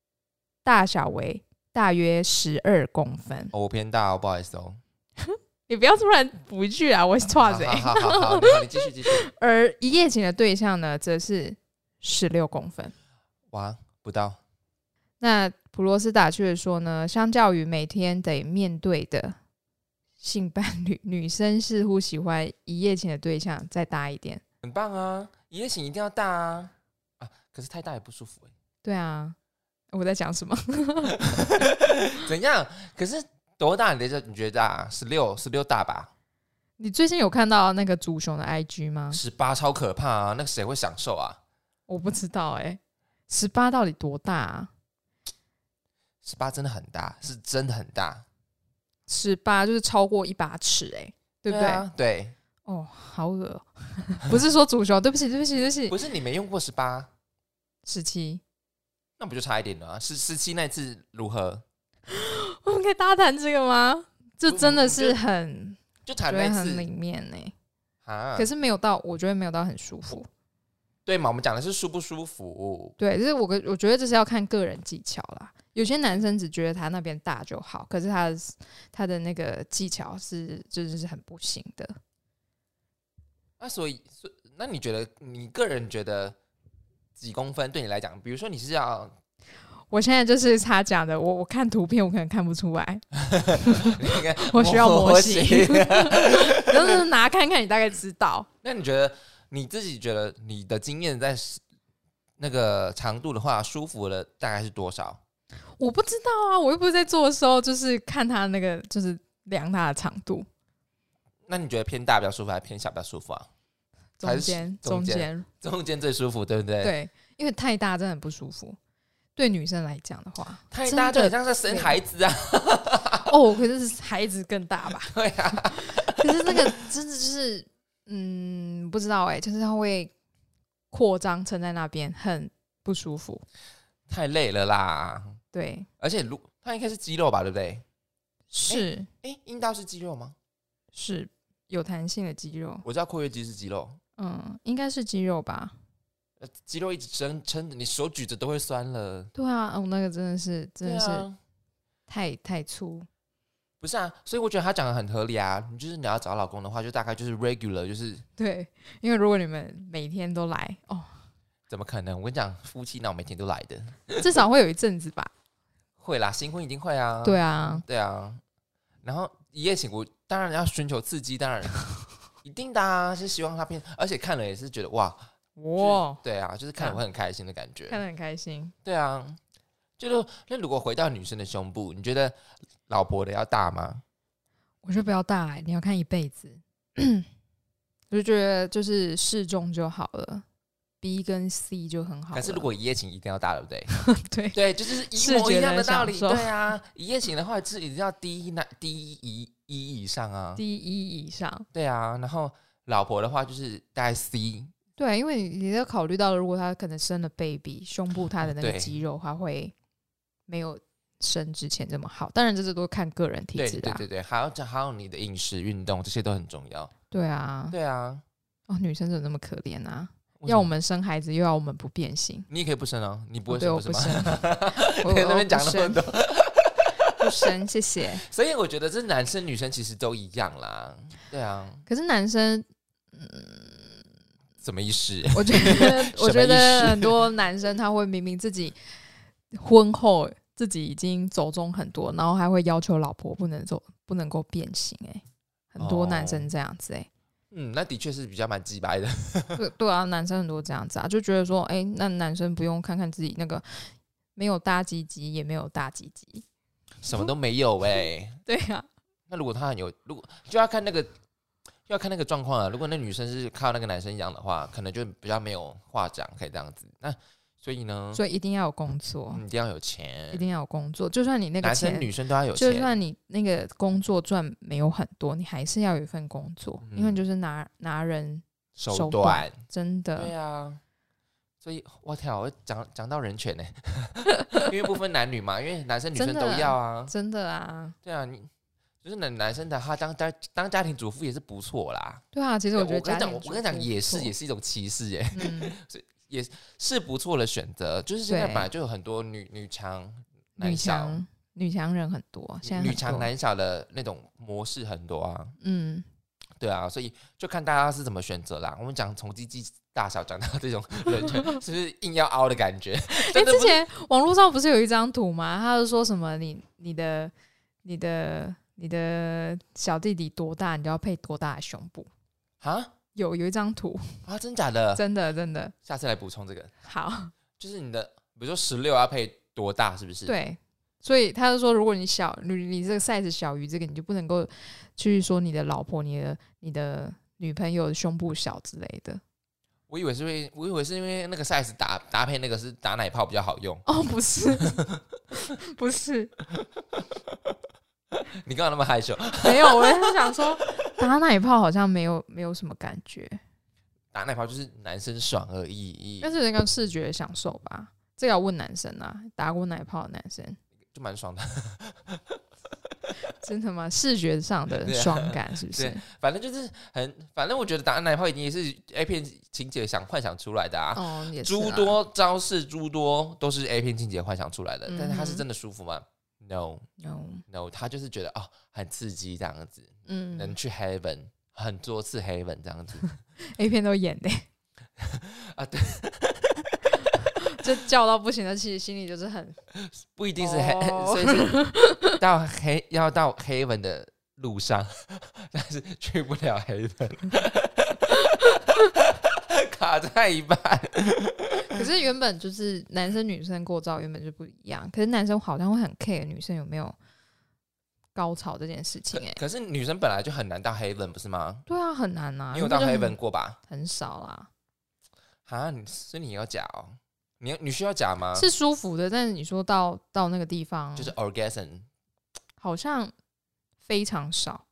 大小为大约12公分。 我偏大哦，不好意思哦。 你不要突然补一句啊，我是错谁？ 好，你继续。 而一夜情的对象呢，则是16公分。 哇，不到。 那普罗斯打趣的说呢，相较于每天得面对的性伴侣，女生似乎喜欢一夜情的对象再大一点。 很棒啊，一夜情一定要大啊！可是太大也不舒服对啊，我在讲什么？ 怎样？可是多大？你觉得大？16大吧？ 你最近有看到那个祖雄的 IG 吗 ？18超可怕啊！那个谁会享受啊？ 我不知道18到底多大啊 ？18真的很大，是真的很大。 18就是超过1把尺对不对？ 对。 哦，好恶不是说祖雄，对不起。 不是你没用过18、 17， 那不就差一点了啊？17那次如何？ 我们可以大谈这个吗？这真的是很就谈那次很里面可是没有到，我觉得没有到很舒服。 对嘛？我们讲的是舒不舒服。 对，就是我觉得这是要看个人技巧啦。有些男生只觉得他那边大就好，可是他的那个技巧就是很不行的。 那你觉得，你个人觉得几公分对你来讲？比如说你是要， 我现在就是他讲的，我看图片我可能看不出来，我需要模型，就是拿看看你大概知道。 那你觉得你自己觉得你的经验在那个长度的话，舒服的大概是多少？ 我不知道啊，我又不是在做的时候就是看他那个就是量他的长度。 那你觉得偏大比较舒服，还是偏小比较舒服啊？ 中间最舒服，对不对？ 对，因为太大真的很不舒服。对女生来讲的话， 太大就很像在生孩子啊。 哦，可是孩子更大吧？ 对啊。 可是那个真的就是不知道就是它会扩张撑在那边，很不舒服。 太累了啦。 对， 而且它应该是肌肉吧，对不对？ 是。 阴道是肌肉吗？ 是有弹性的肌肉。 我知道括约肌是肌肉。 应该是肌肉吧。 肌肉一直撑着，你手举着都会酸了。 对啊，那个真的是太粗。 不是啊，所以我觉得他讲的很合理啊。就是你要找老公的话，就大概就是 regular， 就是对，因为如果你们每天都来怎么可能？我跟你讲，夫妻哪有每天都来的？ 至少会有一阵子吧。 会啦，新婚一定会啊。 对啊。 然后一夜情，我当然要寻求刺激，当然一定的啊，是希望他变，而且看了也是觉得哇，对啊，就是看了会很开心的感觉， 看得很开心。 对啊，那如果回到女生的胸部，你觉得老婆的要大吗？ 我觉得不要大你要看一辈子。我就觉得就是适中就好了。B 跟 C 就很好了。 可是如果一夜情一定要大，对不对？ 对，就是一模一样的道理。对啊，一夜情的话是一定要D1以上啊 ，D1以上。 对啊，然后老婆的话就是大概 C。 对，因为你要考虑到，如果他可能生了 baby， 胸部他的那个肌肉，他会没有生之前这么好。当然，这都看个人体质啦。 对，还有你的饮食、运动，这些都很重要。 对啊。女生怎么那么可怜啊？要我们生孩子，又要我们不变形。 你也可以不生啊，你不会生， 我不生。 我在那边讲那么多， 不生，谢谢。 所以我觉得这男生女生其实都一样啦。对啊。 可是男生， 什么意思？ 我觉得很多男生他会明明自己婚后自己已经走中很多，然后还会要求老婆不能够变形。很多男生这样子。 那的确是比较蛮鸡掰的。 对啊，男生很多这样子啊，就觉得说，那男生不用看看自己那个没有大鸡鸡，也没有大鸡鸡， 什么都没有对啊。 那如果他如果就要看那个状况了。如果那女生是靠那个男生养的话，可能就比较没有话讲，可以这样子。那所以一定要有工作， 一定要有钱， 一定要有工作。就算你那个钱， 男生女生都要有钱， 就算你那个工作赚没有很多，你还是要有一份工作，因为你就是拿人手短，真的。 对啊。所以我天，我讲到人权因为不分男女嘛，因为男生女生都要啊， 真的啊。 对啊，就是男生的话当家庭主妇也是不错啦。 对啊，其实我觉得我跟你讲也是一种歧视也是不错的选择。就是现在本来就有很多女强男小， 女强人很多，现在女强男小的那种模式很多啊。对啊，所以就看大家是怎么选择啦。我们讲从鸡鸡大小讲到这种人权，是不是硬要凹的感觉？ 之前网络上不是有一张图吗？他就说什么你的小弟弟多大，你就要配多大的胸部啊？ 有一张图啊？真假的？ 真的。 下次来补充这个。 好， 就是你的，比如说16要配多大，是不是？ 对。所以他就说，如果你这个 size 小于这个，你就不能够去说你的老婆、你的女朋友的胸部小之类的。 我以为是因为那个 size 搭配那个是打奶泡比较好用。 哦，不是，不是。 你干嘛那么害羞？ 没有，我是想说，打奶泡好像没有什么感觉。 打奶泡就是男生爽而已， 但是那个视觉享受吧，这个要问男生啊，打过奶泡的男生。 就蛮爽的。 真的吗？视觉上的爽感是不是？ 对，反正就是反正我觉得打奶泡一定也是 A 片情节幻想出来的啊。 哦，也是诸多招式，诸多都是 A 片情节幻想出来的。但是他是真的舒服吗 ？No， 他就是觉得很刺激这样子。能去 heaven 很多次 heaven 这样子。 A 片都演的啊，对。 就叫到不行的，其实心里就是很不一定是所以是要到 heaven 的路上，但是去不了 heaven， 卡在一半。 可是原本就是男生女生构造原本就不一样，可是男生好像会很 care 女生有没有高潮这件事情。 可是女生本来就很难到 heaven 不是吗？ 对啊，很难啊。 你有到 heaven 过吧？ 很少啦。 所以你要假哦。你需要假吗？ 是舒服的，但是你说到那个地方， 就是 orgasm， 好像非常少。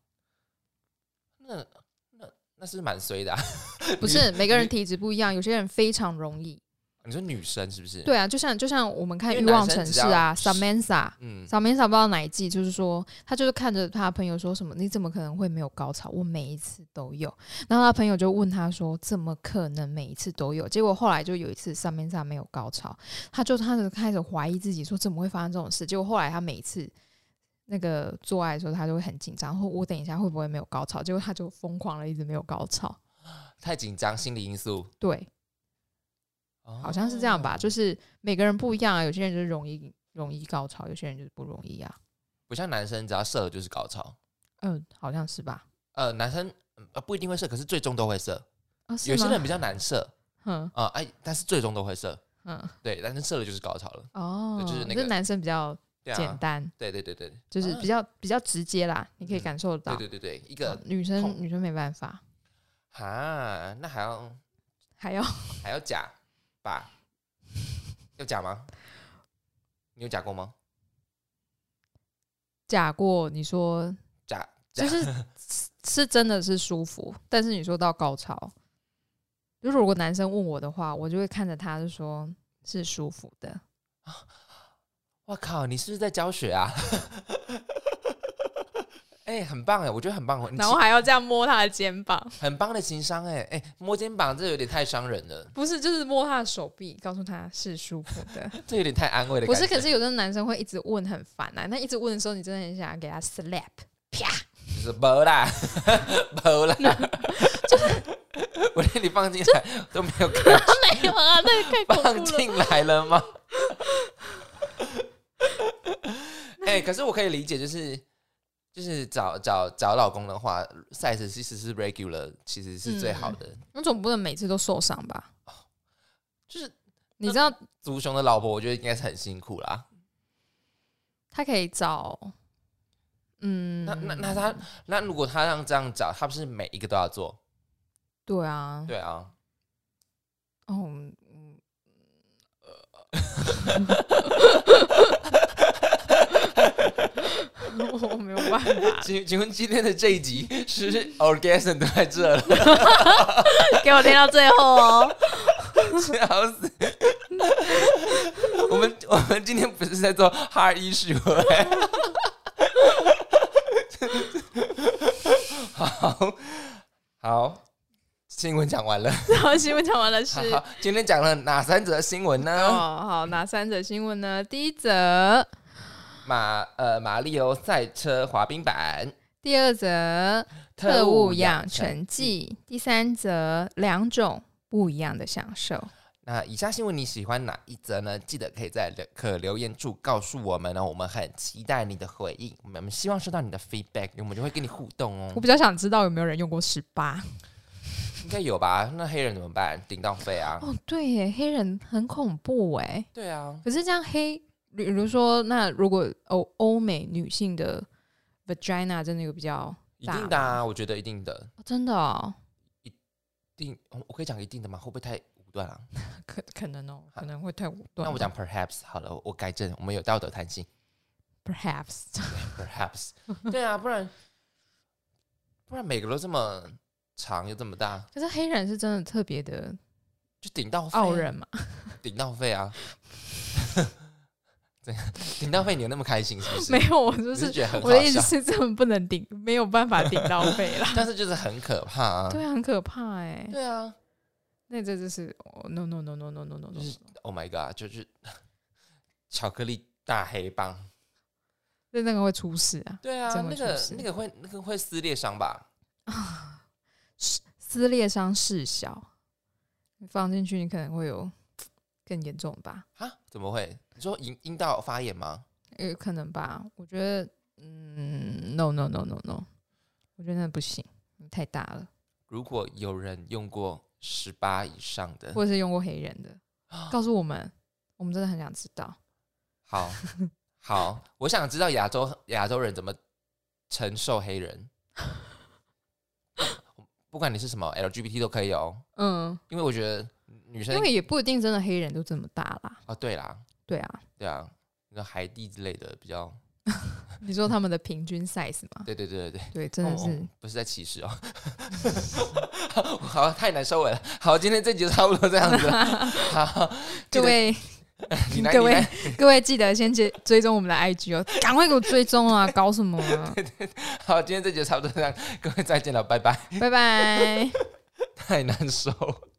那是蛮衰的啊。 不是每个人体质不一样，有些人非常容易。 你说女生是不是？ 对啊，就像我们看《欲望城市》啊 ，Samantha， Samantha 不知道哪一季，就是说他就是看着他的朋友说什么，你怎么可能会没有高潮？我每一次都有。然后他朋友就问他说，怎么可能每一次都有？结果后来就有一次 Samantha 没有高潮，他就开始怀疑自己，说怎么会发生这种事？结果后来他每一次那个做爱的时候，他就会很紧张，说我等一下会不会没有高潮？结果他就疯狂了，一直没有高潮。 太紧张，心理因素。 对。好像是这样吧，就是每个人不一样啊，有些人就是容易高潮，有些人就是不容易啊。 不像男生只要射了就是高潮。 好像是吧。 男生不一定会射，可是最终都会射。 是有些人比较难射，但是最终都会射。对，但是射了就是高潮了。就是那个男生比较简单。 对， 就是比较直接啦，你可以感受得到。 对，一个女生没办法。 那还要假吧？有假吗？你有假过吗？ 假过，你说假是真的是舒服，但是你说到高潮，就是如果男生问我的话，我就会看着他就说是舒服的。 我靠，你是不是在教学啊？很棒我觉得很棒。 然后还要这样摸他的肩膀， 很棒的情商摸肩膀这有点太伤人了。 不是，就是摸他的手臂，告诉他是舒服的。 这有点太安慰的感觉。 不是，可是有的男生会一直问，很烦啊。那一直问的时候，你真的很想给他 slap， 啪， 就是没啦，没啦，就是我连你放进来都没有感觉。 没有啊，那太恐怖了。 放进来了吗？可是我可以理解，就是找老公的话 ，size 其实是 regular， 其实是最好的。 那总不能每次都受伤吧？ 就是你知道， 足熊的老婆，我觉得应该是很辛苦啦。 他可以找， 那如果他让这样找，他不是每一个都要做？ 对啊， 对啊。 我没有办法。 请问今天的这一集是 orgasm 都在这了？ 给我听到最后哦！ 笑死！我们今天不是在做 hard issue 好，新闻讲完了。 好，新闻讲完了是。 好，今天讲了哪3则新闻呢？ 好，哪3则新闻呢？第一则。 马里欧赛车滑冰板。 第二则特务养成记，第三则2种不一样的享受。 那以下新闻你喜欢哪一则呢？记得可以在可留言处告诉我们哦，我们很期待你的回应，我们希望收到你的 feedback， 我们就会跟你互动哦。 我比较想知道有没有人用过18， 应该有吧？那黑人怎么办？顶到肺啊！ 哦，对耶，黑人很恐怖哎。 对啊， 可是这样比如说，那如果欧美女性的 vagina 真的有比较大吗？ 一定的啊，我觉得一定的。 哦，真的哦， 一定，我可以讲一定的吗？会不会太武断啊？ 可能哦，可能会太武断。 那我讲 perhaps 好了，我改正，我们有道德弹性。 perhaps 对啊，不然每个都这么长又这么大， 可是黑人是真的特别的， 就顶到肺傲人嘛， 顶到肺啊！顶到肺你有那么开心是不是？ 没有，我就是觉得很好笑。 我的意思是，真的不能顶，没有办法顶到肺啦。 但是就是很可怕啊！ 对啊，很可怕哎。 对啊， 那这就是no no no no no no no， 就是 Oh my God， 就是巧克力大黑棒。 那个会出事啊！ 对啊，那个会撕裂伤吧？ 啊，撕裂伤事小，你放进去你可能会有更严重吧？ 啊？怎么会？你说阴道发炎吗？ 有可能吧？我觉得，no no no no no， 我觉得那不行，太大了。 如果有人用过18以上的， 或者是用过黑人的，告诉我们，我们真的很想知道。 好，我想知道亚洲人怎么承受黑人。不管你是什么 LGBT 都可以哦。因为我觉得女生， 因为也不一定真的黑人都这么大啦。 哦，对啦， 对啊， 那个海地之类的比较。 你说他们的平均 size 吗？ 对， 真的是不是在歧视哦。好，太难收尾了。好，今天这集就差不多这样子。好， 各位记得先追踪我们的 IG 哦，赶快给我追踪啊！搞什么啊？ 好，今天这集就差不多这样，各位再见了，拜拜， 拜拜。 太难受。